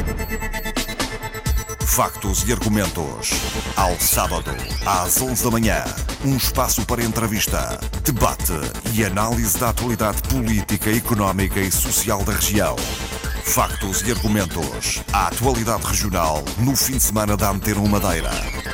Factos e argumentos. Ao sábado, às 11 da manhã. Um espaço para entrevista, debate e análise da atualidade política, económica e social da região. Factos e argumentos. A atualidade regional no fim de semana da Antena 1 Madeira.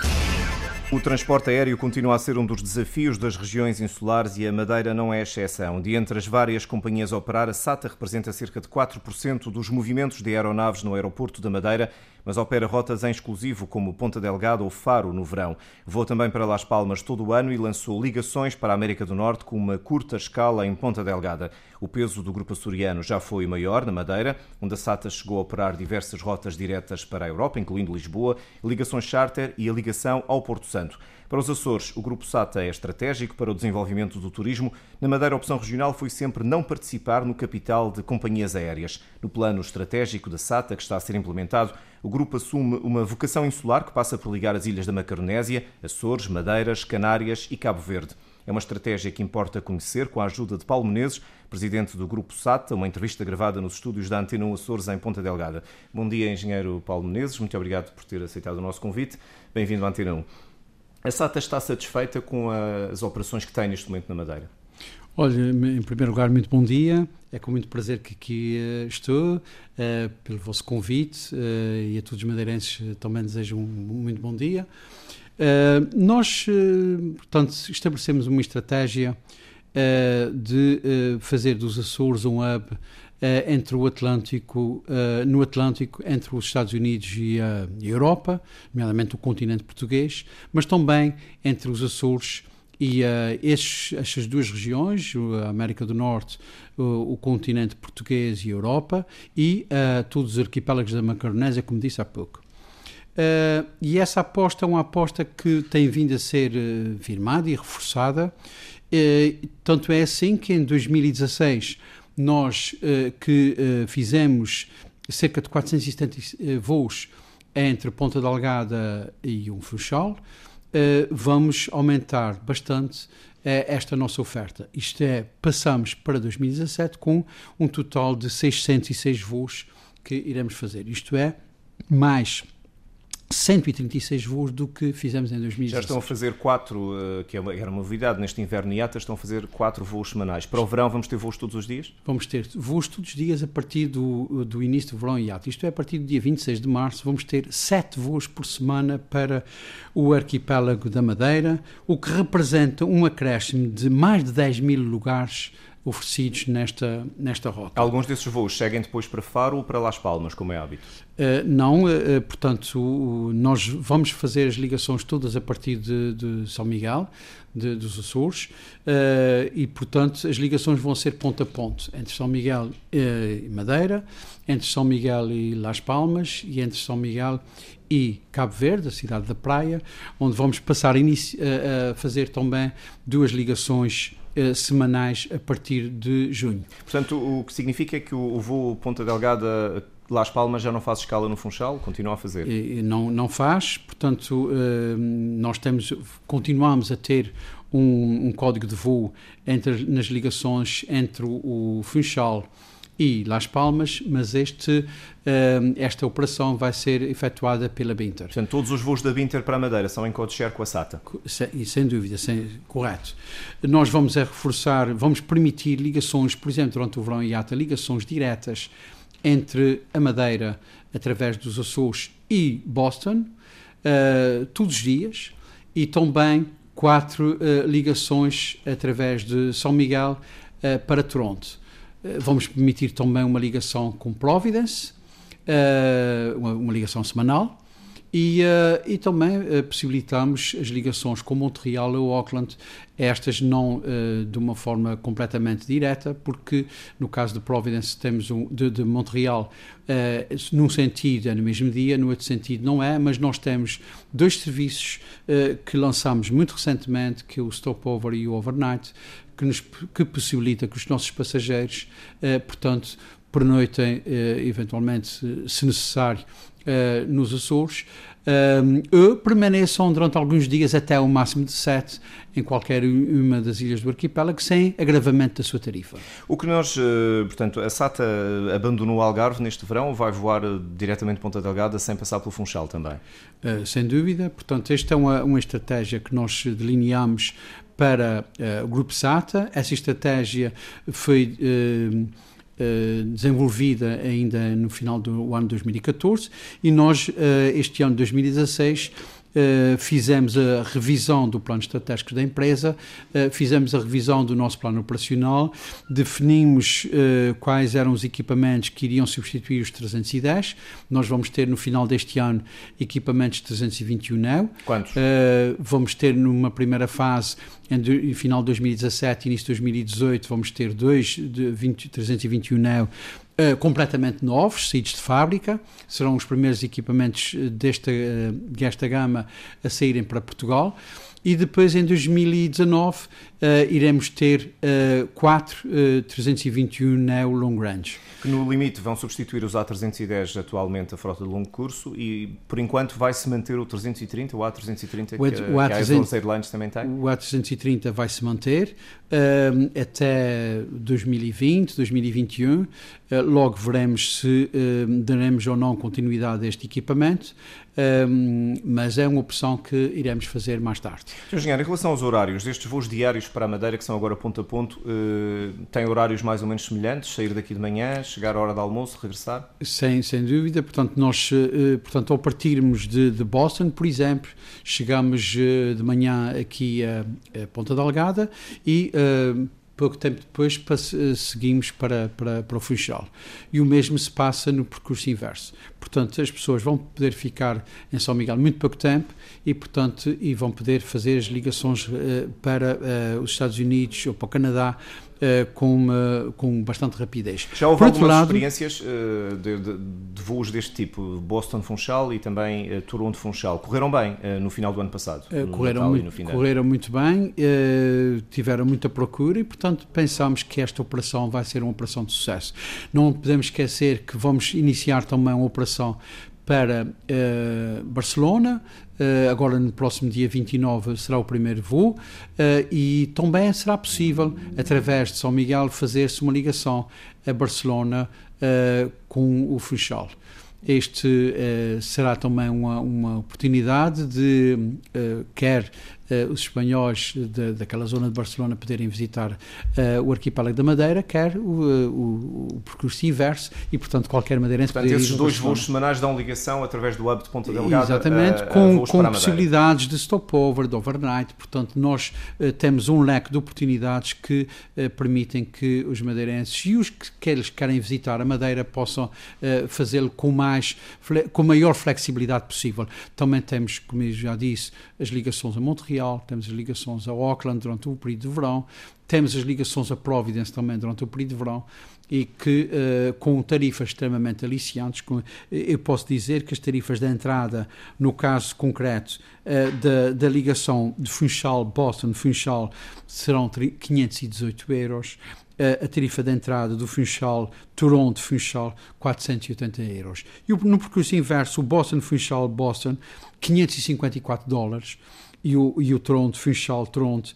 O transporte aéreo continua a ser um dos desafios das regiões insulares e a Madeira não é exceção. De entre as várias companhias a operar, a SATA representa cerca de 4% dos movimentos de aeronaves no aeroporto da Madeira, mas opera rotas em exclusivo como Ponta Delgada ou Faro no verão. Voa também para Las Palmas todo o ano e lançou ligações para a América do Norte com uma curta escala em Ponta Delgada. O peso do grupo açoriano já foi maior na Madeira, onde a SATA chegou a operar diversas rotas diretas para a Europa, incluindo Lisboa, ligações charter e a ligação ao Porto Santo. Para os Açores, o Grupo SATA é estratégico para o desenvolvimento do turismo. Na Madeira, a opção regional foi sempre não participar no capital de companhias aéreas. No plano estratégico da SATA, que está a ser implementado, o grupo assume uma vocação insular que passa por ligar as ilhas da Macaronésia, Açores, Madeiras, Canárias e Cabo Verde. É uma estratégia que importa conhecer com a ajuda de Paulo Menezes, presidente do Grupo SATA, uma entrevista gravada nos estúdios da Antena 1 Açores em Ponta Delgada. Bom dia, engenheiro Paulo Menezes. Muito obrigado por ter aceitado o nosso convite. Bem-vindo à Antena 1. A SATA está satisfeita com as operações que tem neste momento na Madeira? Olha, em primeiro lugar, muito bom dia. É com muito prazer que aqui estou, pelo vosso convite, e a todos os madeirenses também desejo um muito bom dia. Nós, portanto, estabelecemos uma estratégia de fazer dos Açores um hub entre o Atlântico, no Atlântico, entre os Estados Unidos e a Europa, nomeadamente o continente português, mas também entre os Açores e estas duas regiões, a América do Norte, o continente português e a Europa, e todos os arquipélagos da Macaronésia, como disse há pouco. E essa aposta é uma aposta que tem vindo a ser firmada e reforçada, tanto é assim que em 2016 nós fizemos cerca de 470 voos entre Ponta Delgada e um Funchal, vamos aumentar bastante esta nossa oferta. Isto é, passamos para 2017 com um total de 606 voos que iremos fazer. Isto é, mais 136 voos do que fizemos em 2017. Já estão a fazer 4, que era uma novidade neste inverno IATA, estão a fazer 4 voos semanais. Para o verão vamos ter voos todos os dias? Vamos ter voos todos os dias a partir do início do verão IATA. Isto é, a partir do dia 26 de março vamos ter 7 voos por semana para o arquipélago da Madeira, o que representa um acréscimo de mais de 10 mil lugares oferecidos nesta rota. Alguns desses voos seguem depois para Faro ou para Las Palmas, como é hábito? Não, portanto, nós vamos fazer as ligações todas a partir de São Miguel, dos Açores, e, portanto, as ligações vão ser ponto a ponto, entre São Miguel e Madeira, entre São Miguel e Las Palmas, e entre São Miguel e Cabo Verde, a cidade da praia, onde vamos passar a fazer também 2 ligações semanais a partir de junho. Portanto, o que significa é que o voo Ponta Delgada Las Palmas já não faz escala no Funchal? Continua a fazer? Não faz, portanto, nós continuamos a ter um código de voo nas ligações entre o Funchal e Las Palmas, mas esta operação vai ser efetuada pela Binter. Portanto, todos os voos da Binter para a Madeira são em code-share com a SATA? Sem dúvida, correto. Nós vamos reforçar, vamos permitir ligações, por exemplo, durante o verão IATA, ligações diretas entre a Madeira, através dos Açores e Boston, todos os dias, e também 4 ligações através de São Miguel para Toronto. Vamos permitir também uma ligação com Providence, uma ligação semanal, e também possibilitamos as ligações com Montreal ou Auckland, estas não de uma forma completamente direta, porque no caso de Providence temos de Montreal, num sentido é no mesmo dia, no outro sentido não é, mas nós temos 2 serviços que lançamos muito recentemente, que é o Stopover e o Overnight, que possibilita que os nossos passageiros, portanto, pernoitem, eventualmente, se necessário, nos Açores, permaneçam durante alguns dias, até o máximo de 7, em qualquer uma das ilhas do arquipélago, sem agravamento da sua tarifa. O que nós, portanto, a SATA abandonou o Algarve neste verão ou vai voar diretamente de Ponta Delgada sem passar pelo Funchal também? Sem dúvida. Portanto, esta é uma estratégia que nós delineamos para o Grupo SATA. Essa estratégia foi desenvolvida ainda no final do ano 2014 e nós, este ano de 2016, fizemos a revisão do plano estratégico da empresa, fizemos a revisão do nosso plano operacional, definimos quais eram os equipamentos que iriam substituir os 310. Nós vamos ter no final deste ano equipamentos 321 Neo. Quantos? Vamos ter numa primeira fase, em final de 2017 e início de 2018, vamos ter 321 Neo completamente novos, saídos de fábrica. Serão os primeiros equipamentos desta gama a saírem para Portugal. E depois, em 2019, iremos ter 4 321 Neo Long Range. Que no limite vão substituir os A310, atualmente a frota de longo curso, e por enquanto vai-se manter o 330, o A330 que a Azores Airlines também tem? O A330 vai se manter até 2020, 2021. Logo veremos se daremos ou não continuidade a este equipamento, mas é uma opção que iremos fazer mais tarde. Sr. Engenheiro, em relação aos horários, estes voos diários para a Madeira, que são agora ponto a ponto, têm horários mais ou menos semelhantes? Sair daqui de manhã, chegar à hora de almoço, regressar? Sem dúvida. Portanto, nós, ao partirmos de Boston, por exemplo, chegamos de manhã aqui a Ponta Delgada e pouco tempo depois seguimos para o Funchal. E o mesmo se passa no percurso inverso. Portanto, as pessoas vão poder ficar em São Miguel muito pouco tempo e vão poder fazer as ligações para os Estados Unidos ou para o Canadá com bastante rapidez. Já houve algumas experiências de voos deste tipo, Boston-Funchal e também Toronto-Funchal. Correram bem no final do ano passado? Correram muito bem, tiveram muita procura e, portanto, pensámos que esta operação vai ser uma operação de sucesso. Não podemos esquecer que vamos iniciar também uma operação para Barcelona. Agora no próximo dia 29 será o primeiro voo e também será possível, através de São Miguel, fazer-se uma ligação a Barcelona com o Funchal. Este será também uma oportunidade de quer os espanhóis daquela zona de Barcelona poderem visitar o arquipélago da Madeira, quer o percurso inverso e, portanto, qualquer madeirense poder ir. Esses dois voos semanais dão ligação através do hub de Ponta Delgada. Exatamente, com possibilidades de stopover, de overnight. Portanto, nós temos um leque de oportunidades que permitem que os madeirenses e os que eles querem visitar a Madeira possam fazê-lo com maior flexibilidade possível. Também temos, como eu já disse, as ligações a Montreal, temos as ligações a Auckland durante o período de verão, temos as ligações a Providence também durante o período de verão e que com tarifas extremamente aliciantes. Eu posso dizer que as tarifas de entrada, no caso concreto da ligação de Funchal-Boston-Funchal, serão 518 euros. A tarifa de entrada do Funchal, Toronto-Funchal, 480 euros. E no percurso inverso, o Boston-Funchal-Boston, 554 dólares. E o Toronto-Funchal, Toronto,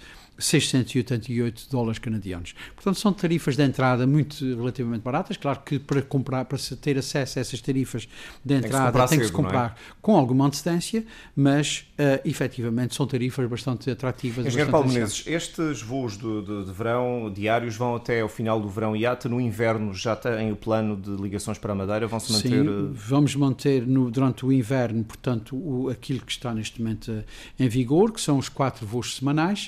688 dólares canadianos. Portanto, são tarifas de entrada relativamente baratas. Claro que para ter acesso a essas tarifas de entrada tem que se comprar com alguma antecedência, mas efetivamente são tarifas bastante atrativas. Engenheiro Paulo Menezes, estes voos de verão diários vão até ao final do verão IATA. No inverno já têm o plano de ligações para a Madeira? Vão-se manter? Sim, vamos manter durante o inverno, portanto, aquilo que está neste momento em vigor, que são os 4 voos semanais.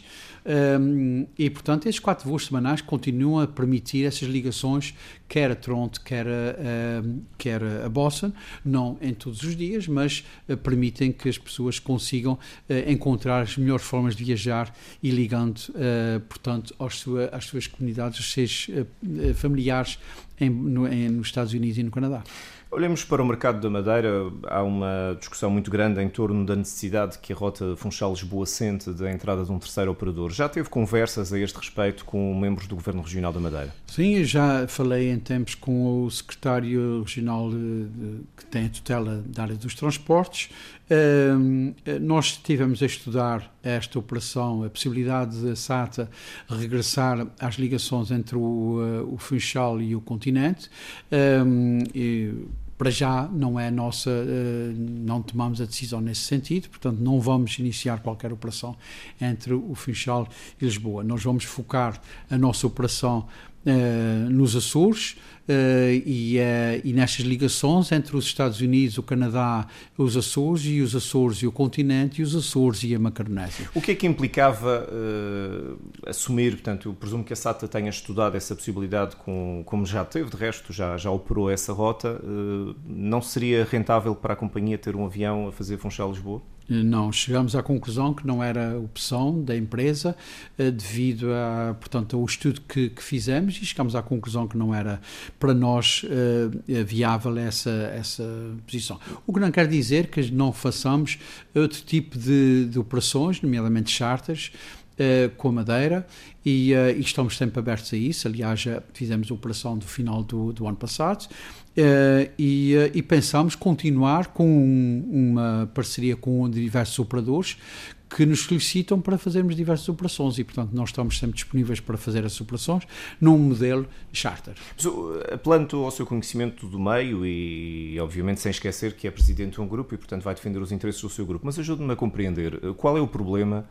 E, portanto, esses 4 voos semanais continuam a permitir essas ligações, quer a Toronto, quer a Boston, não em todos os dias, mas permitem que as pessoas consigam encontrar as melhores formas de viajar e ligando, portanto, às suas comunidades, aos seus familiares nos Estados Unidos e no Canadá. Olhemos para o mercado da Madeira. Há uma discussão muito grande em torno da necessidade que a rota Funchal-Lisboa sente da entrada de um terceiro operador. Já teve conversas a este respeito com membros do Governo Regional da Madeira? Sim, eu já falei em tempos com o secretário regional que tem a tutela da área dos transportes. Nós estivemos a estudar esta operação, a possibilidade da SATA regressar às ligações entre o Funchal e o continente. Para já não é nossa, não tomamos a decisão nesse sentido, portanto não vamos iniciar qualquer operação entre o Funchal e Lisboa. Nós vamos focar a nossa operação nos Açores e nestas ligações entre os Estados Unidos, o Canadá, os Açores e o continente, e os Açores e a Macaronésia. O que é que implicava assumir, portanto, eu presumo que a SATA tenha estudado essa possibilidade como já teve, de resto já operou essa rota, não seria rentável para a companhia ter um avião a fazer Funchal-Lisboa? Não, chegamos à conclusão que não era opção da empresa devido portanto, ao estudo que fizemos, e chegamos à conclusão que não era para nós viável essa posição. O que não quer dizer que não façamos outro tipo de operações, nomeadamente charters, com a Madeira, e estamos sempre abertos a isso. Aliás, já fizemos a operação do final do ano passado, e pensamos continuar com uma parceria com diversos operadores que nos solicitam para fazermos diversas operações, e portanto nós estamos sempre disponíveis para fazer essas operações num modelo charter. Apelando ao seu conhecimento do meio e obviamente sem esquecer que é presidente de um grupo e portanto vai defender os interesses do seu grupo, mas ajude-me a compreender qual é o problema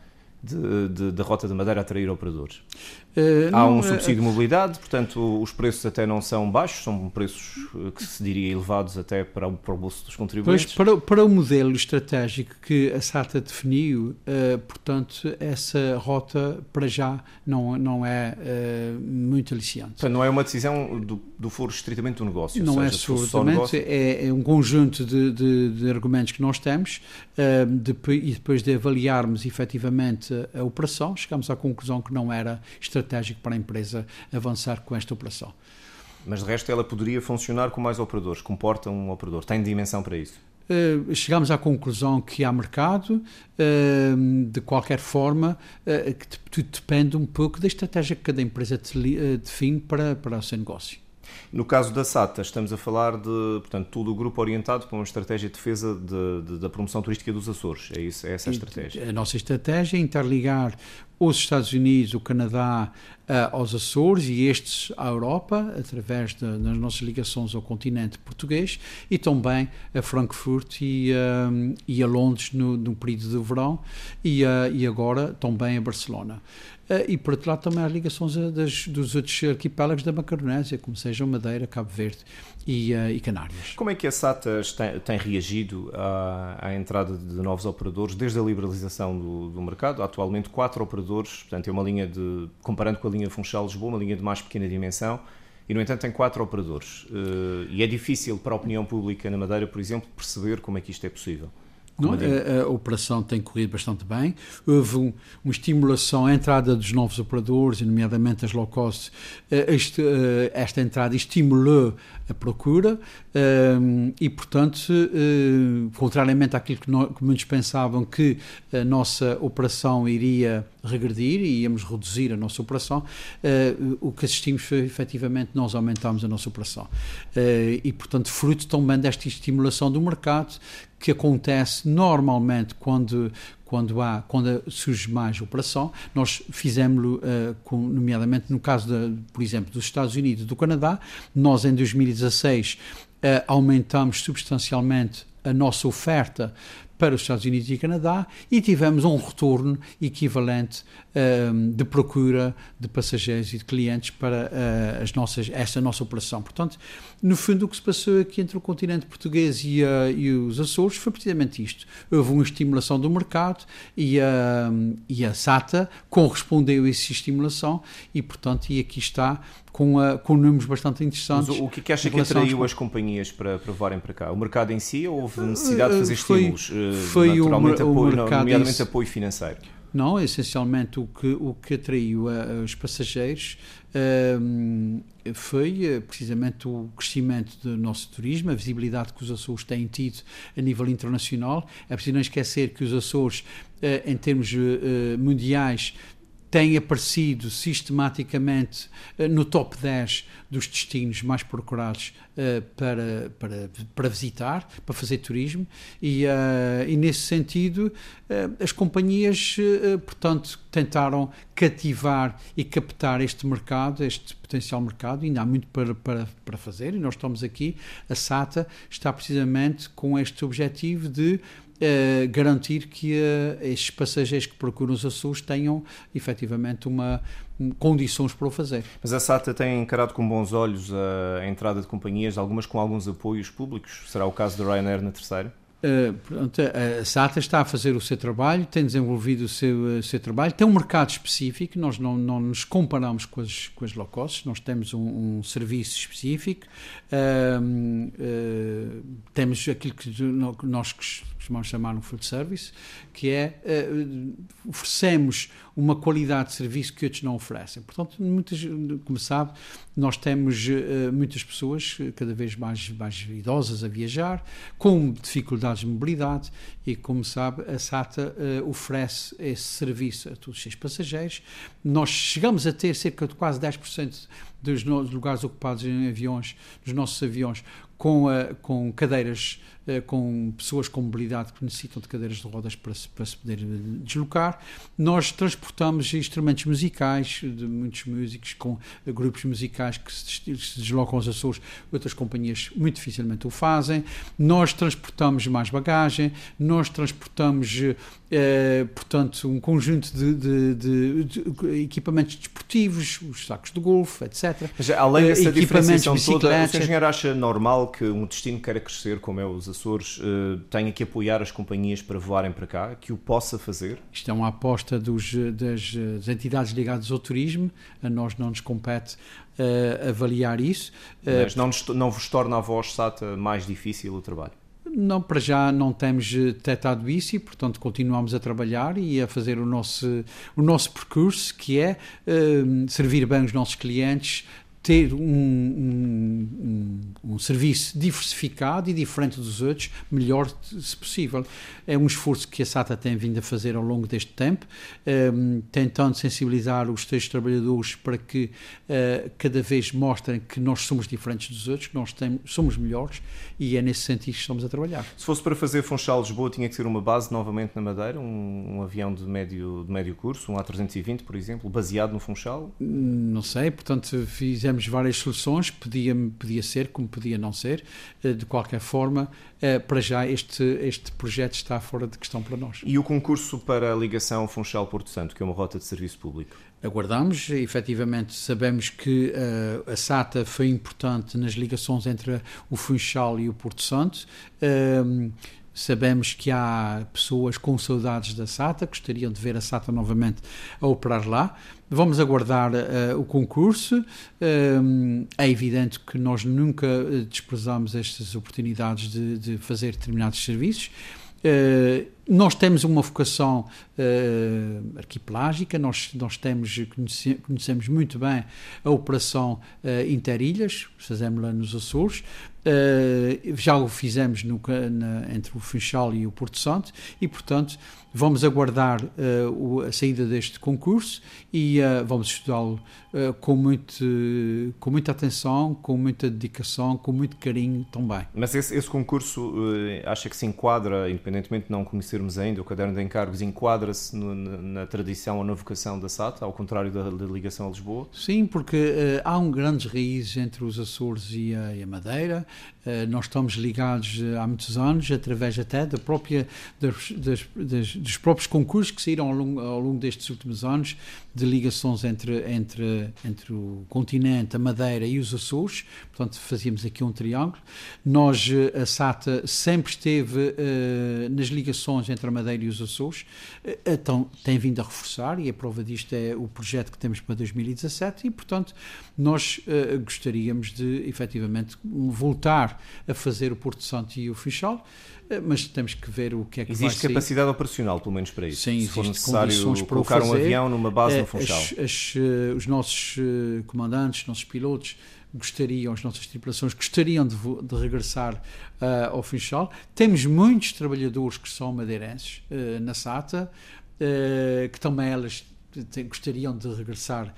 da Rota da Madeira atrair operadores. Há um subsídio de mobilidade, portanto os preços até não são baixos, são preços que se diria elevados até para o bolso dos contribuintes. Pois, para o modelo estratégico que a SATA definiu, portanto essa rota para já não é muito aliciante. Portanto, não é uma decisão do foro estritamente do negócio. Não é absolutamente, é um conjunto de argumentos que nós temos, e depois de avaliarmos efetivamente a operação, chegamos à conclusão que não era estratégico para a empresa avançar com esta operação. Mas de resto ela poderia funcionar com mais operadores, comporta um operador, tem dimensão para isso? Chegamos à conclusão que há mercado, de qualquer forma, que tudo depende um pouco da estratégia que cada empresa define para o seu negócio. No caso da SATA, estamos a falar de, portanto, todo o grupo orientado para uma estratégia de defesa da promoção turística dos Açores. É isso, é essa a estratégia? A nossa estratégia é interligar os Estados Unidos, o Canadá, aos Açores e estes à Europa, através das nossas ligações ao continente português, e também a Frankfurt e a Londres no período do verão, e agora também a Barcelona. E por outro lado também as ligações dos outros arquipélagos da Macaronésia, como sejam Madeira, Cabo Verde e Canárias. Como é que a SATA tem reagido à entrada de novos operadores desde a liberalização do mercado? Atualmente 4 operadores, portanto é uma linha comparando com a linha Funchal-Lisboa, uma linha de mais pequena dimensão, e no entanto tem 4 operadores. E é difícil para a opinião pública na Madeira, por exemplo, perceber como é que isto é possível. Não, a operação tem corrido bastante bem. Houve uma estimulação à entrada dos novos operadores, nomeadamente as low cost. Esta entrada estimulou a procura e, portanto, contrariamente àquilo que muitos pensavam que a nossa operação iria regredir e íamos reduzir a nossa operação, o que assistimos foi, efetivamente, nós aumentámos a nossa operação. E, portanto, fruto também desta estimulação do mercado, que acontece normalmente quando surge mais operação. Nós fizemos-lo, nomeadamente no caso, por exemplo, dos Estados Unidos e do Canadá. Nós, em 2016, aumentamos substancialmente a nossa oferta para os Estados Unidos e Canadá e tivemos um retorno equivalente de procura de passageiros e de clientes para essa nossa operação. Portanto, no fundo, o que se passou aqui entre o continente português e os Açores foi precisamente isto. Houve uma estimulação do mercado e a SATA correspondeu a essa estimulação e, portanto, aqui está com números bastante interessantes. Mas o que acha que atraiu as companhias para voarem para cá? O mercado em si ou houve necessidade de fazer estímulos? Foi naturalmente o mercado, nomeadamente apoio financeiro? Não, essencialmente o que atraiu os passageiros foi precisamente o crescimento do nosso turismo, a visibilidade que os Açores têm tido a nível internacional. É preciso não esquecer que os Açores, em termos mundiais, têm aparecido sistematicamente no top 10 dos destinos mais procurados para visitar, para fazer turismo, e nesse sentido as companhias, portanto, tentaram cativar e captar este mercado, este potencial mercado, e ainda há muito para fazer, e nós estamos aqui, a SATA está precisamente com este objetivo de garantir que estes passageiros que procuram os Açores tenham efetivamente condições para o fazer. Mas a SATA tem encarado com bons olhos a entrada de companhias, algumas com alguns apoios públicos? Será o caso da Ryanair na terceira? A SATA está a fazer o seu trabalho, tem desenvolvido o seu trabalho, tem um mercado específico, nós não nos comparamos com as low cost, nós temos um serviço específico, temos aquilo que nós costumamos chamar um food service, que é oferecemos uma qualidade de serviço que outros não oferecem. Portanto, como sabe, nós temos muitas pessoas cada vez mais idosas a viajar, com dificuldades de mobilidade, e como sabe, a SATA oferece esse serviço a todos os seus passageiros. Nós chegamos a ter cerca de quase 10% dos lugares ocupados em aviões, nos nossos aviões, com cadeiras, com pessoas com mobilidade que necessitam de cadeiras de rodas para se poder deslocar. Nós transportamos instrumentos musicais de muitos músicos, com grupos musicais que se deslocam aos Açores, outras companhias muito dificilmente o fazem. Nós transportamos mais bagagem, nós transportamos, portanto, um conjunto de equipamentos desportivos, os sacos de golfe, etc. Mas, além dessa diferenciação toda, o Sr. Engenheiro acha normal que um destino queira crescer, como é os Açores, tenha que apoiar as companhias para voarem para cá, que o possa fazer? Isto é uma aposta das entidades ligadas ao turismo, a nós não nos compete avaliar isso. Mas não vos torna a vós, SATA, mais difícil o trabalho? Não, para já não temos detectado isso, e portanto continuamos a trabalhar e a fazer o nosso percurso, que é servir bem os nossos clientes, ter um serviço diversificado e diferente dos outros, melhor se possível. É um esforço que a SATA tem vindo a fazer ao longo deste tempo, tentando sensibilizar os seus trabalhadores para que cada vez mostrem que nós somos diferentes dos outros, que nós somos melhores, e é nesse sentido que estamos a trabalhar. Se fosse para fazer Funchal-Lisboa, tinha que ser uma base novamente na Madeira, um avião de médio curso, um A320, por exemplo, baseado no Funchal? Não sei, portanto fizemos várias soluções, podia ser, como podia não ser. De qualquer forma, para já este projeto está fora de questão para nós. E o concurso para a ligação Funchal-Porto Santo, que é uma rota de serviço público? Aguardamos, efetivamente sabemos que a SATA foi importante nas ligações entre o Funchal e o Porto Santo. Sabemos que há pessoas com saudades da SATA, gostariam de ver a SATA novamente a operar lá. Vamos aguardar o concurso. É evidente que nós nunca desprezamos estas oportunidades de fazer determinados serviços. Nós temos uma vocação arquipelágica, nós conhecemos muito bem a operação Interilhas, fazemos-la nos Açores, já o fizemos entre o Funchal e o Porto Santo, e portanto vamos aguardar a saída deste concurso e vamos estudá-lo com muita atenção, com muita dedicação, com muito carinho também. Mas esse concurso acha que se enquadra, independentemente de não conhecermos ainda, o caderno de encargos enquadra-se na tradição ou na vocação da SATA, ao contrário da ligação a Lisboa? Sim, porque há grandes raízes entre os Açores e a Madeira. Nós estamos ligados há muitos anos, através até dos próprios concursos que saíram ao longo destes últimos anos, de ligações entre o continente, a Madeira e os Açores. Portanto, fazíamos aqui um triângulo. Nós, a SATA, sempre esteve nas ligações entre a Madeira e os Açores, então tem vindo a reforçar, e a prova disto é o projeto que temos para 2017, e portanto nós gostaríamos de efetivamente voltar começar a fazer o Porto Santo e o Funchal, mas temos que ver o que é que vai sair. Existe capacidade operacional, pelo menos para isso? Sim, se for existe necessário colocar um avião numa base no Funchal. Os nossos comandantes, os nossos pilotos as nossas tripulações gostariam de regressar ao Funchal. Temos muitos trabalhadores que são madeirenses na SATA, que também elas gostariam de regressar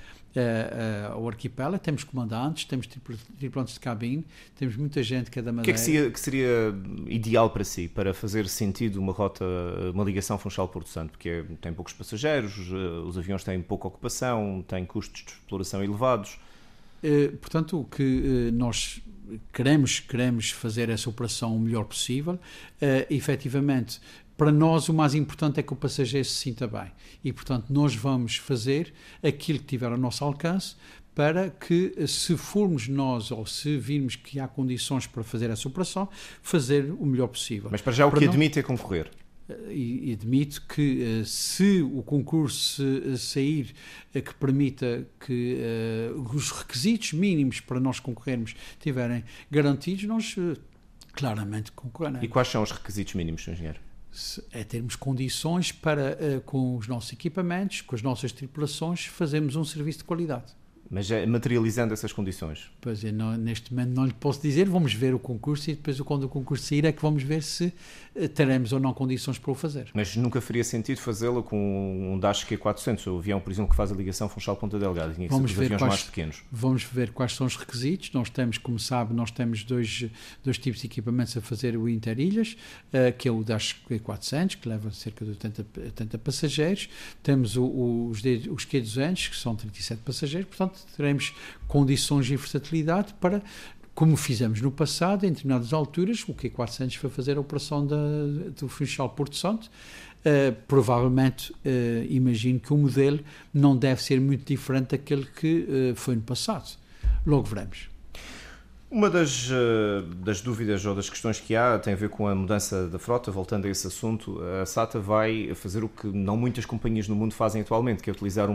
ao arquipélago. Temos comandantes, temos tripulantes de cabine, temos muita gente que é da Madeira. O que é que seria ideal para si, para fazer sentido uma ligação Funchal-Porto Santo? Porque tem poucos passageiros, os aviões têm pouca ocupação, têm custos de exploração elevados. Portanto, o que nós queremos fazer essa operação o melhor possível. Efetivamente, para nós o mais importante é que o passageiro se sinta bem e, portanto, nós vamos fazer aquilo que tiver ao nosso alcance para que, se formos nós ou se virmos que há condições para fazer essa operação, fazer o melhor possível. Mas para já o que admite é concorrer. E admito que se o concurso sair que permita que os requisitos mínimos para nós concorrermos estiverem garantidos, nós claramente concorreremos. E quais são os requisitos mínimos, Sr. Engenheiro? É termos condições para, com os nossos equipamentos, com as nossas tripulações, fazermos um serviço de qualidade. Mas materializando essas condições? Pois é, neste momento não lhe posso dizer, vamos ver o concurso e depois quando o concurso sair é que vamos ver se teremos ou não condições para o fazer. Mas nunca faria sentido fazê-lo com um Dash Q400, o avião, por exemplo, que faz a ligação Funchal-Ponta Delgada, tinha que ser os aviões mais pequenos. Vamos ver quais são os requisitos. Nós temos, como sabe, dois tipos de equipamentos a fazer o Interilhas, que é o Dash Q400, que leva cerca de 80 passageiros. Temos os Q200, que são 37 passageiros, portanto, teremos condições de versatilidade para, como fizemos no passado, em determinadas alturas, o Q400 foi fazer a operação do Funchal Porto Santo. Provavelmente, imagino que o modelo não deve ser muito diferente daquele que foi no passado. Logo veremos. Uma das dúvidas ou das questões que há tem a ver com a mudança da frota. Voltando a esse assunto, a SATA vai fazer o que não muitas companhias no mundo fazem atualmente, que é utilizar um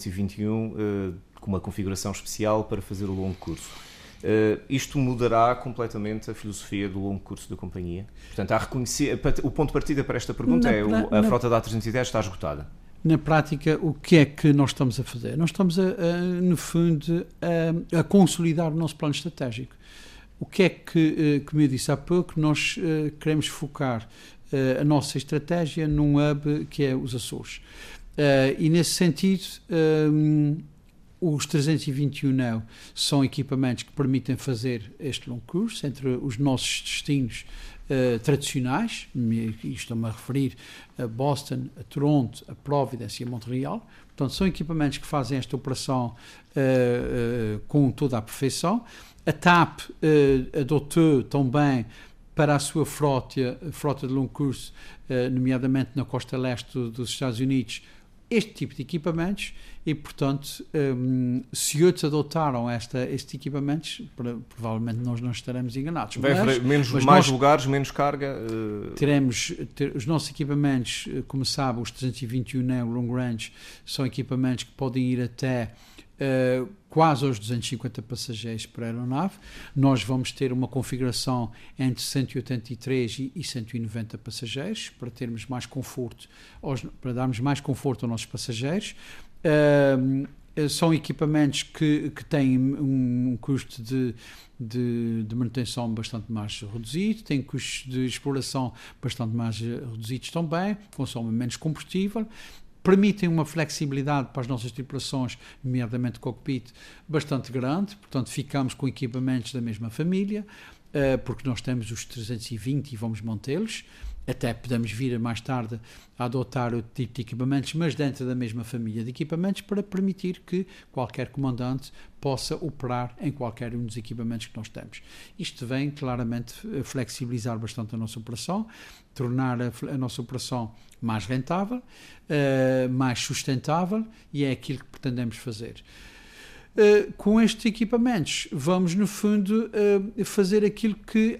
A321 com uma configuração especial para fazer o longo curso. Isto mudará completamente a filosofia do longo curso da companhia? Portanto, o ponto de partida para esta pergunta a frota da A310 está esgotada. Na prática, o que é que nós estamos a fazer? Nós estamos, no fundo, a consolidar o nosso plano estratégico. O que é que, como eu disse há pouco, nós queremos focar a nossa estratégia num hub que é os Açores. E, nesse sentido, os 321 Neo são equipamentos que permitem fazer este longo curso entre os nossos destinos tradicionais, estou-me a referir a Boston, a Toronto, a Providence e a Montreal. Portanto, são equipamentos que fazem esta operação com toda a perfeição. A TAP adotou também para a sua frota de longo curso, nomeadamente na costa leste dos Estados Unidos, este tipo de equipamentos e, portanto, se outros adotaram estes equipamentos, provavelmente nós não estaremos enganados. Mais lugares, menos carga? Teremos os nossos equipamentos, como sabe, os 321 Neo Long Range, são equipamentos que podem ir até quase aos 250 passageiros por aeronave. Nós vamos ter uma configuração entre 183 e 190 passageiros para termos mais conforto, para darmos mais conforto aos nossos passageiros. São equipamentos que têm um custo de manutenção bastante mais reduzido, têm custos de exploração bastante mais reduzidos também, consomem menos combustível, permitem uma flexibilidade para as nossas tripulações, nomeadamente cockpit, bastante grande. Portanto, ficamos com equipamentos da mesma família, porque nós temos os 320 e vamos mantê-los. Até podemos vir mais tarde a adotar outro tipo de equipamentos, mas dentro da mesma família de equipamentos, para permitir que qualquer comandante possa operar em qualquer um dos equipamentos que nós temos. Isto vem claramente flexibilizar bastante a nossa operação, tornar a nossa operação mais rentável, mais sustentável, e é aquilo que pretendemos fazer. Com estes equipamentos vamos, no fundo, fazer aquilo que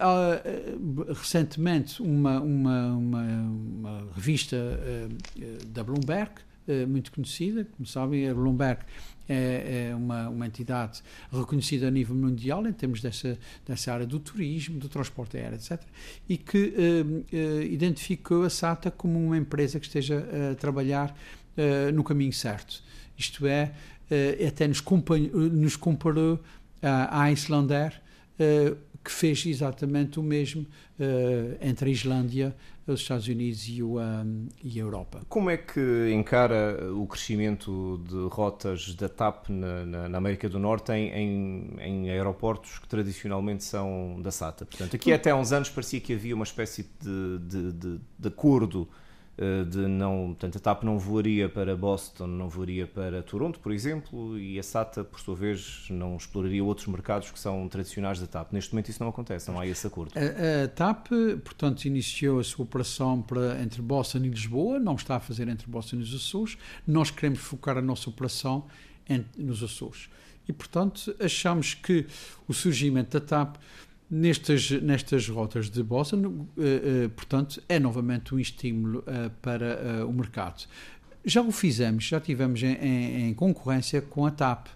recentemente uma revista da Bloomberg muito conhecida, como sabem, a Bloomberg é uma entidade reconhecida a nível mundial em termos dessa área do turismo, do transporte aéreo, etc. E que identificou a SATA como uma empresa que esteja a trabalhar no caminho certo. Isto é, até nos comparou à Icelandair, que fez exatamente o mesmo entre a Islândia, os Estados Unidos e a Europa. Como é que encara o crescimento de rotas da TAP na América do Norte em aeroportos que tradicionalmente são da SATA? Portanto, aqui até há uns anos parecia que havia uma espécie de acordo de não, portanto, a TAP não voaria para Boston, não voaria para Toronto, por exemplo, e a SATA, por sua vez, não exploraria outros mercados que são tradicionais da TAP. Neste momento isso não acontece, não há esse acordo. A TAP, portanto, iniciou a sua operação entre Boston e Lisboa, não está a fazer entre Boston e os Açores. Nós queremos focar a nossa operação nos Açores. E, portanto, achamos que o surgimento da TAP nestas rotas de Boston, portanto, é novamente um estímulo para o mercado. Já o fizemos, já tivemos em concorrência com a TAP,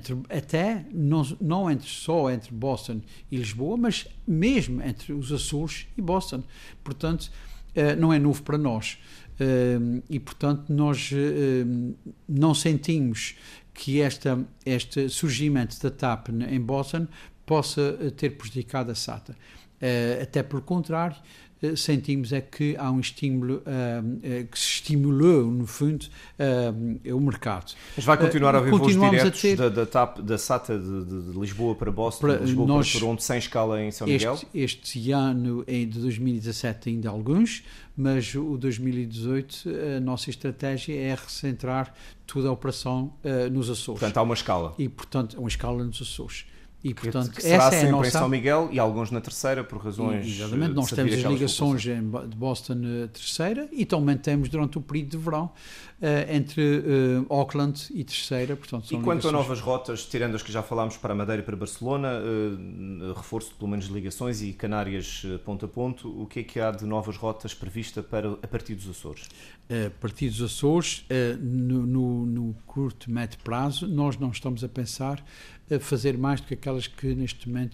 não só entre Boston e Lisboa, mas mesmo entre os Açores e Boston. Portanto, não é novo para nós. E, portanto, nós não sentimos que este surgimento da TAP em Boston possa ter prejudicado a SATA. Até pelo contrário, sentimos que há um estímulo que se estimulou, no fundo, o mercado. Mas vai continuar a haver voos diretos da SATA de Lisboa para Boston, de Lisboa para Toronto, sem escala em São Miguel? Este ano, de 2017, ainda alguns, mas o 2018, a nossa estratégia é recentrar toda a operação nos Açores. Portanto, há uma escala. E, portanto, uma escala nos Açores. E, portanto, que será sempre em São Miguel e alguns na Terceira, por razões... Exatamente, nós temos as ligações de Boston Terceira e também temos durante o período de verão entre Auckland e Terceira. Portanto, e quanto a novas rotas, tirando as que já falámos para a Madeira e para Barcelona, reforço pelo menos de ligações e Canárias ponto a ponto, o que é que há de novas rotas prevista a partir dos Açores? A partir dos Açores, no curto e médio prazo, nós não estamos a pensar a fazer mais do que aquelas que neste momento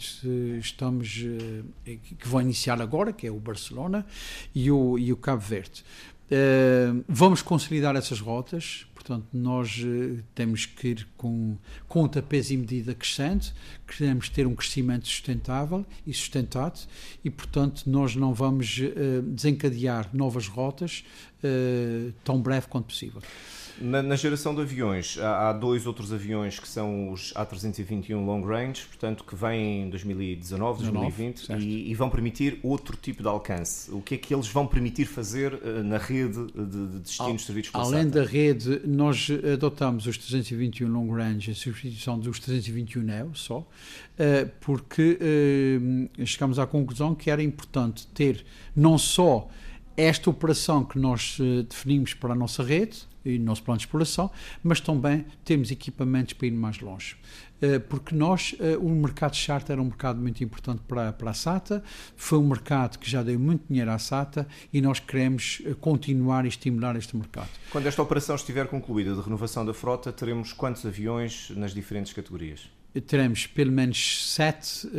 que vão iniciar agora, que é o Barcelona e o Cabo Verde. Vamos consolidar essas rotas, portanto nós temos que ir com conta, peso e medida crescente, queremos ter um crescimento sustentável e sustentado e, portanto, nós não vamos desencadear novas rotas tão breve quanto possível. Na geração de aviões, há dois outros aviões que são os A321 Long Range, portanto, que vêm em 2019, 2020 e vão permitir outro tipo de alcance. O que é que eles vão permitir fazer na rede de destinos servidos pela SATA? Além da rede, nós adotamos os 321 Long Range, a substituição dos 321 Neo só, porque chegámos à conclusão que era importante ter não só esta operação que nós definimos para a nossa rede e o nosso plano de exploração, mas também temos equipamentos para ir mais longe. Porque o mercado charter era um mercado muito importante para a SATA, foi um mercado que já deu muito dinheiro à SATA e nós queremos continuar e estimular este mercado. Quando esta operação estiver concluída de renovação da frota, teremos quantos aviões nas diferentes categorias? Teremos pelo menos 7,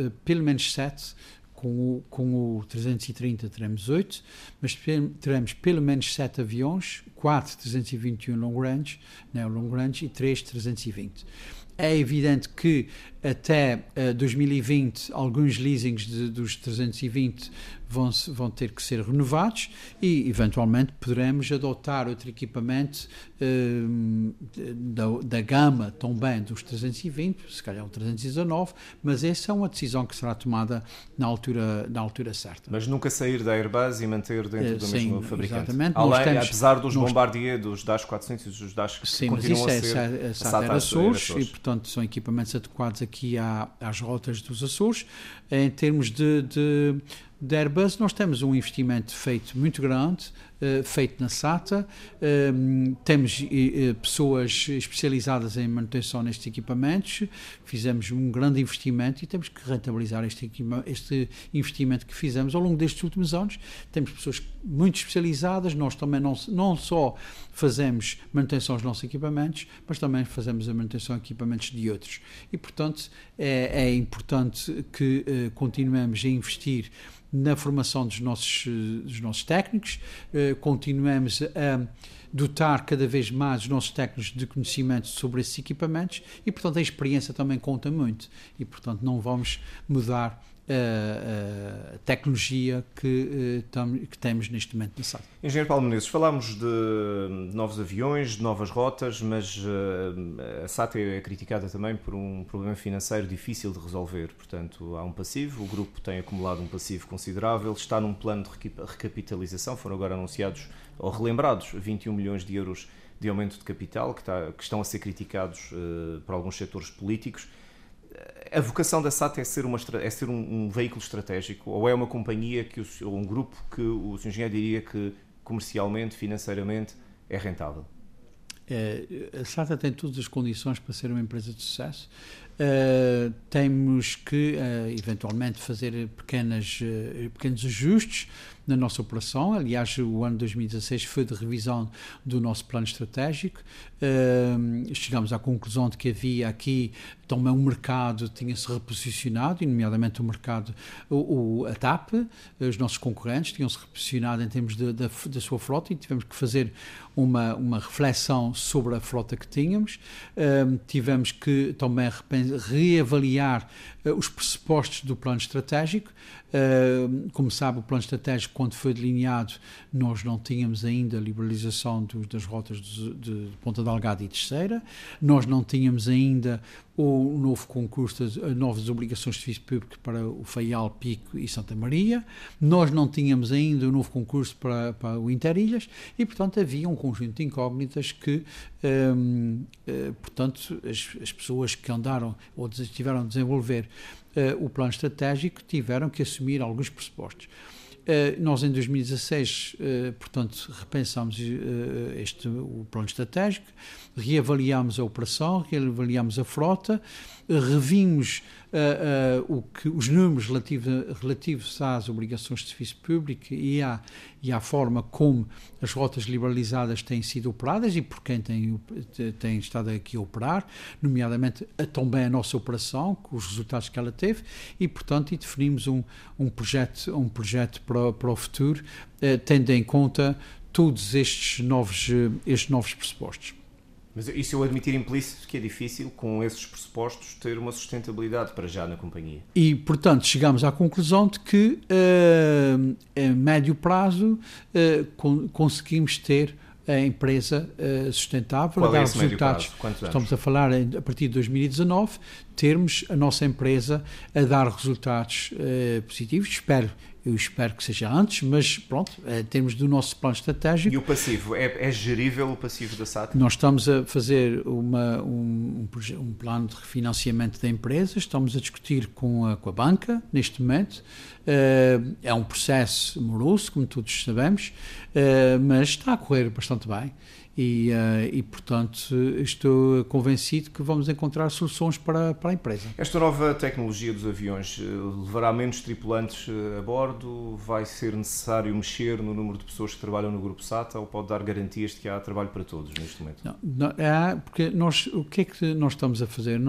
com o 330 teremos 8, mas teremos pelo menos 7 aviões, 4 321 Long Range, Long Range e 3 320. É evidente que até 2020 alguns leasings dos 320 vão ter que ser renovados e eventualmente poderemos adotar outro equipamento da gama também dos 320, se calhar o 319, mas essa é uma decisão que será tomada na altura certa. Mas nunca sair da Airbus e manter dentro do mesmo fabricante. Exatamente. Apesar dos Bombardier, dos Dash 400 e dos Dash que continuam a ser a SATA Açores e, portanto, são equipamentos adequados aqui às rotas dos Açores. Em termos de Airbus, nós temos um investimento feito muito grande feito na SATA. Temos pessoas especializadas em manutenção nestes equipamentos, fizemos um grande investimento e temos que rentabilizar este investimento que fizemos ao longo destes últimos anos. Temos pessoas muito especializadas, nós também não só fazemos manutenção aos nossos equipamentos, mas também fazemos a manutenção a equipamentos de outros. E, portanto, é importante que continuemos a investir na formação dos nossos técnicos, continuemos a dotar cada vez mais os nossos técnicos de conhecimento sobre esses equipamentos e, portanto, a experiência também conta muito e, portanto, não vamos mudar a tecnologia que temos neste momento na SATA. Engenheiro Paulo Menezes, falámos de novos aviões, de novas rotas, mas a SATA é criticada também por um problema financeiro difícil de resolver. Portanto, há um passivo, o grupo tem acumulado um passivo considerável, está num plano de recapitalização, foram agora anunciados ou relembrados 21 milhões de euros de aumento de capital, que estão a ser criticados por alguns setores políticos. A vocação da SATA é ser um veículo estratégico ou é uma companhia ou um grupo que o Sr. Engenheiro diria que comercialmente, financeiramente é rentável? A SATA tem todas as condições para ser uma empresa de sucesso. Temos que eventualmente fazer pequenos ajustes na nossa operação. Aliás, o ano 2016 foi de revisão do nosso plano estratégico. Chegamos à conclusão de que havia aqui também um mercado tinha-se reposicionado, e nomeadamente o mercado, a TAP, os nossos concorrentes tinham-se reposicionado em termos da sua frota, e tivemos que fazer uma reflexão sobre a frota que tínhamos. Tivemos que também reavaliar os pressupostos do plano estratégico. Como sabe, o plano estratégico, quando foi delineado, nós não tínhamos ainda a liberalização das rotas de Ponta Delgada e Terceira, nós não tínhamos ainda o novo concurso, as novas obrigações de serviço público para o Faial, Pico e Santa Maria, nós não tínhamos ainda o novo concurso para o Interilhas e, portanto, havia um conjunto de incógnitas que, portanto, as pessoas que andaram ou tiveram a desenvolver o plano estratégico tiveram que assumir alguns pressupostos. Nós em 2016, portanto, repensámos o plano estratégico, reavaliámos a operação, reavaliámos a frota, revimos os números relativos às obrigações de serviço público e à forma como as rotas liberalizadas têm sido operadas e por quem tem estado aqui a operar, nomeadamente também a nossa operação, com os resultados que ela teve, e portanto definimos um projeto para o futuro, tendo em conta todos estes novos pressupostos. Mas isso eu admitir implícito que é difícil, com esses pressupostos, ter uma sustentabilidade para já na companhia. E, portanto, chegamos à conclusão de que, a médio prazo, conseguimos ter a empresa sustentável, Qual a dar é esse resultados. Médio prazo? Quantos anos? Estamos a falar, a partir de 2019, termos a nossa empresa a dar resultados positivos. Eu espero que seja antes, mas pronto, temos do nosso plano estratégico. E o passivo? É gerível o passivo da SATA? Nós estamos a fazer um plano de refinanciamento da empresa, estamos a discutir com a banca neste momento. É um processo moroso, como todos sabemos, mas está a correr bastante bem. E, portanto, estou convencido que vamos encontrar soluções para a empresa. Esta nova tecnologia dos aviões levará menos tripulantes a bordo? Vai ser necessário mexer no número de pessoas que trabalham no Grupo SATA ou pode dar garantias de que há trabalho para todos neste momento? Não, porque o que é que nós estamos a fazer?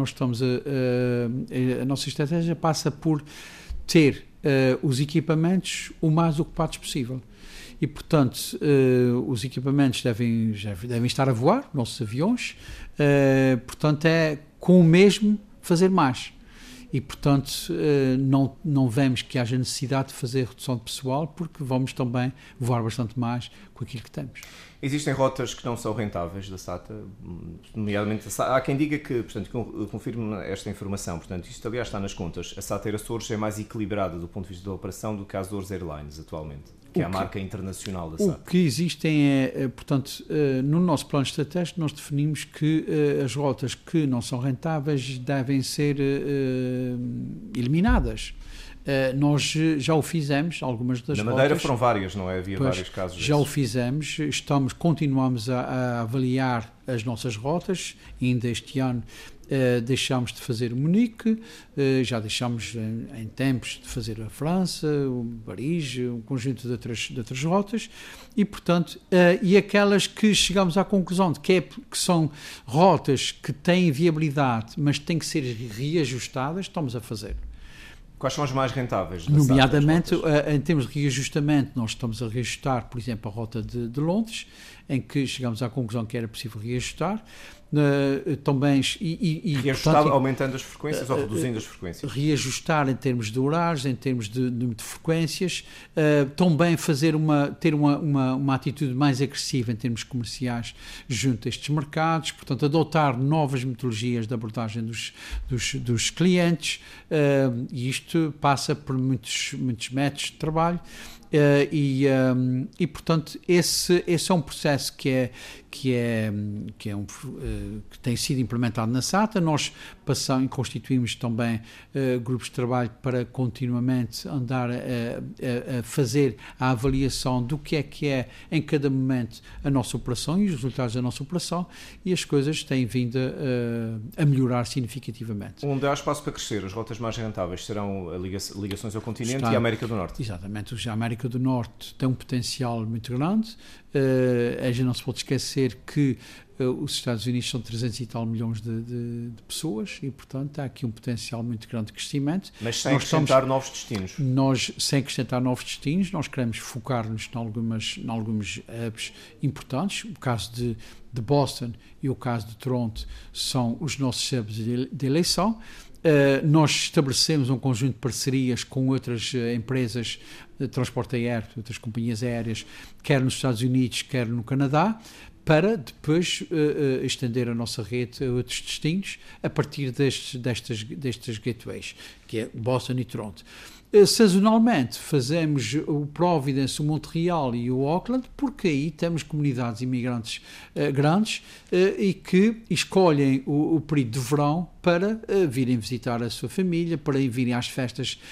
A nossa estratégia passa por ter os equipamentos o mais ocupados possível. E, portanto, os equipamentos devem estar a voar, nossos aviões, portanto, é com o mesmo fazer mais. E, portanto, não vemos que haja necessidade de fazer redução de pessoal, porque vamos também voar bastante mais com aquilo que temos. Existem rotas que não são rentáveis da SATA, nomeadamente há quem diga que, portanto, confirme esta informação, portanto, isto aliás está nas contas, a SATA Açores é mais equilibrada do ponto de vista da operação do que a Azores Airlines atualmente, que é a marca internacional da SATA. O que existem portanto, no nosso plano estratégico nós definimos que as rotas que não são rentáveis devem ser eliminadas. Nós já o fizemos, algumas das rotas. Na Madeira foram várias, não é? Havia vários casos desses. Já o fizemos, continuamos a avaliar as nossas rotas. Ainda este ano deixámos de fazer Munique, já deixámos em tempos de fazer a França, o Paris, um conjunto de outras rotas, e portanto, e aquelas que chegamos à conclusão de que são rotas que têm viabilidade, mas têm que ser reajustadas, estamos a fazer. Quais são as mais rentáveis? Nomeadamente, em termos de reajustamento, nós estamos a reajustar, por exemplo, a rota de Londres, em que chegamos à conclusão que era possível reajustar. Também reajustar, portanto, aumentando as frequências ou reduzindo as frequências? Reajustar em termos de horários, em termos de frequências, também ter uma atitude mais agressiva em termos comerciais junto a estes mercados, portanto adotar novas metodologias de abordagem dos clientes, e isto passa por muitos métodos de trabalho. E portanto esse é um processo que tem sido implementado na SATA. Nós constituímos também grupos de trabalho para continuamente andar a fazer a avaliação do que é em cada momento a nossa operação e os resultados da nossa operação, e as coisas têm vindo a melhorar significativamente. Onde há espaço para crescer, as rotas mais rentáveis serão ligações ao continente e à América do Norte. Exatamente, a América do Norte tem um potencial muito grande. A gente não se pode esquecer que os Estados Unidos são 300 e tal milhões de pessoas, e portanto há aqui um potencial muito grande de crescimento. Mas sem acrescentar novos destinos. Sem acrescentar novos destinos, nós queremos focar-nos em alguns hubs importantes. O caso de Boston e o caso de Toronto são os nossos hubs de eleição. Nós estabelecemos um conjunto de parcerias com outras empresas de transporte aéreo, outras companhias aéreas, quer nos Estados Unidos, quer no Canadá, para depois estender a nossa rede a outros destinos a partir destas gateways, que é Boston e Toronto. Sazonalmente fazemos o Providence, o Montreal e o Auckland, porque aí temos comunidades imigrantes grandes e que escolhem o período de verão para virem visitar a sua família, para virem às festas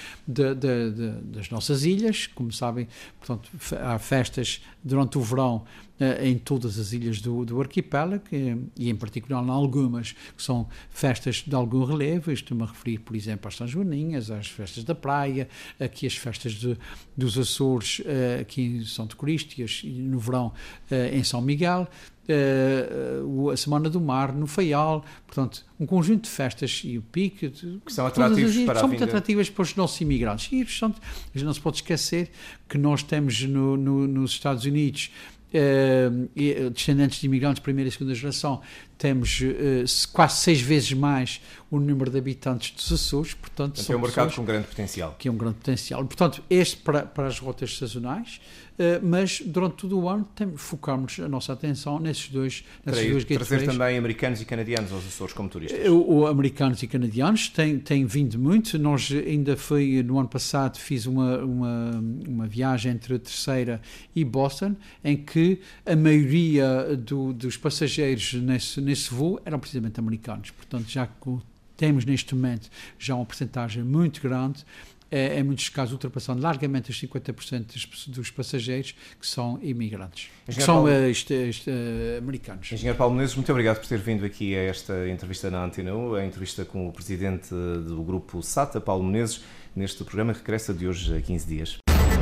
das nossas ilhas. Como sabem, portanto, há festas durante o verão em todas as ilhas do arquipélago, e em particular em algumas que são festas de algum relevo. Estou-me a referir, por exemplo, às São Joaninhas, às festas da praia, aqui as festas dos Açores, aqui em São Cristo, e no verão em São Miguel, a Semana do Mar no Faial. Portanto, um conjunto de festas, e o pique, que são atrativos são muito atrativas para os nossos imigrantes. E portanto, a gente não se pode esquecer que nós temos nos Estados Unidos descendentes de imigrantes de primeira e segunda geração, temos quase 6 vezes mais o número de habitantes dos Açores. Portanto, é um mercado com grande potencial. Que é um grande potencial. Portanto, para as rotas sazonais, mas durante todo o ano focamos a nossa atenção nesses dois gateways. Trazer também americanos e canadianos aos Açores como turistas. Americanos e canadianos têm vindo muito. Nós no ano passado, fiz uma viagem entre a Terceira e Boston, em que a maioria dos passageiros nesse voo eram precisamente americanos. Portanto, já temos neste momento já uma percentagem muito grande, em muitos casos ultrapassando largamente os 50% dos passageiros que são imigrantes, que são americanos. Engenheiro Paulo Menezes, muito obrigado por ter vindo aqui a esta entrevista na Antena 1, a entrevista com o presidente do grupo SATA, Paulo Menezes, neste programa que regressa de hoje a 15 dias.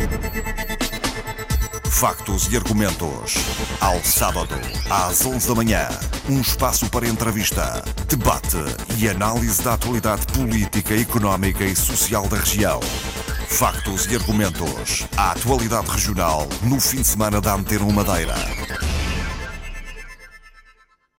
Factos e argumentos. Ao sábado, às 11 da manhã. Um espaço para entrevista, debate e análise da atualidade política, económica e social da região. Factos e argumentos. A atualidade regional no fim de semana da Antena 1 Madeira.